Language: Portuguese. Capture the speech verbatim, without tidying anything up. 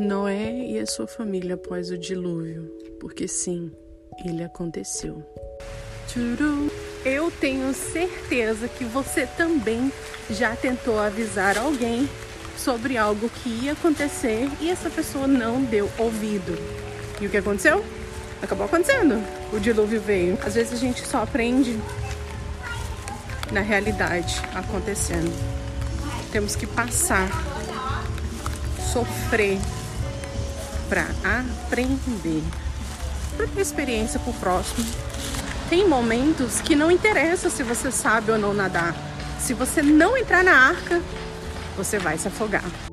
Noé e a sua família após o dilúvio, porque sim, ele aconteceu. Tchuru. Eu tenho certeza que você também já tentou avisar alguém sobre algo que ia acontecer e essa pessoa não deu ouvido. E o que aconteceu? Acabou acontecendo. O dilúvio veio. Às vezes a gente só aprende na realidade acontecendo. Temos que passar, sofrer para aprender. Para ter experiência com o próximo. Tem momentos que não interessa se você sabe ou não nadar. Se você não entrar na arca, você vai se afogar.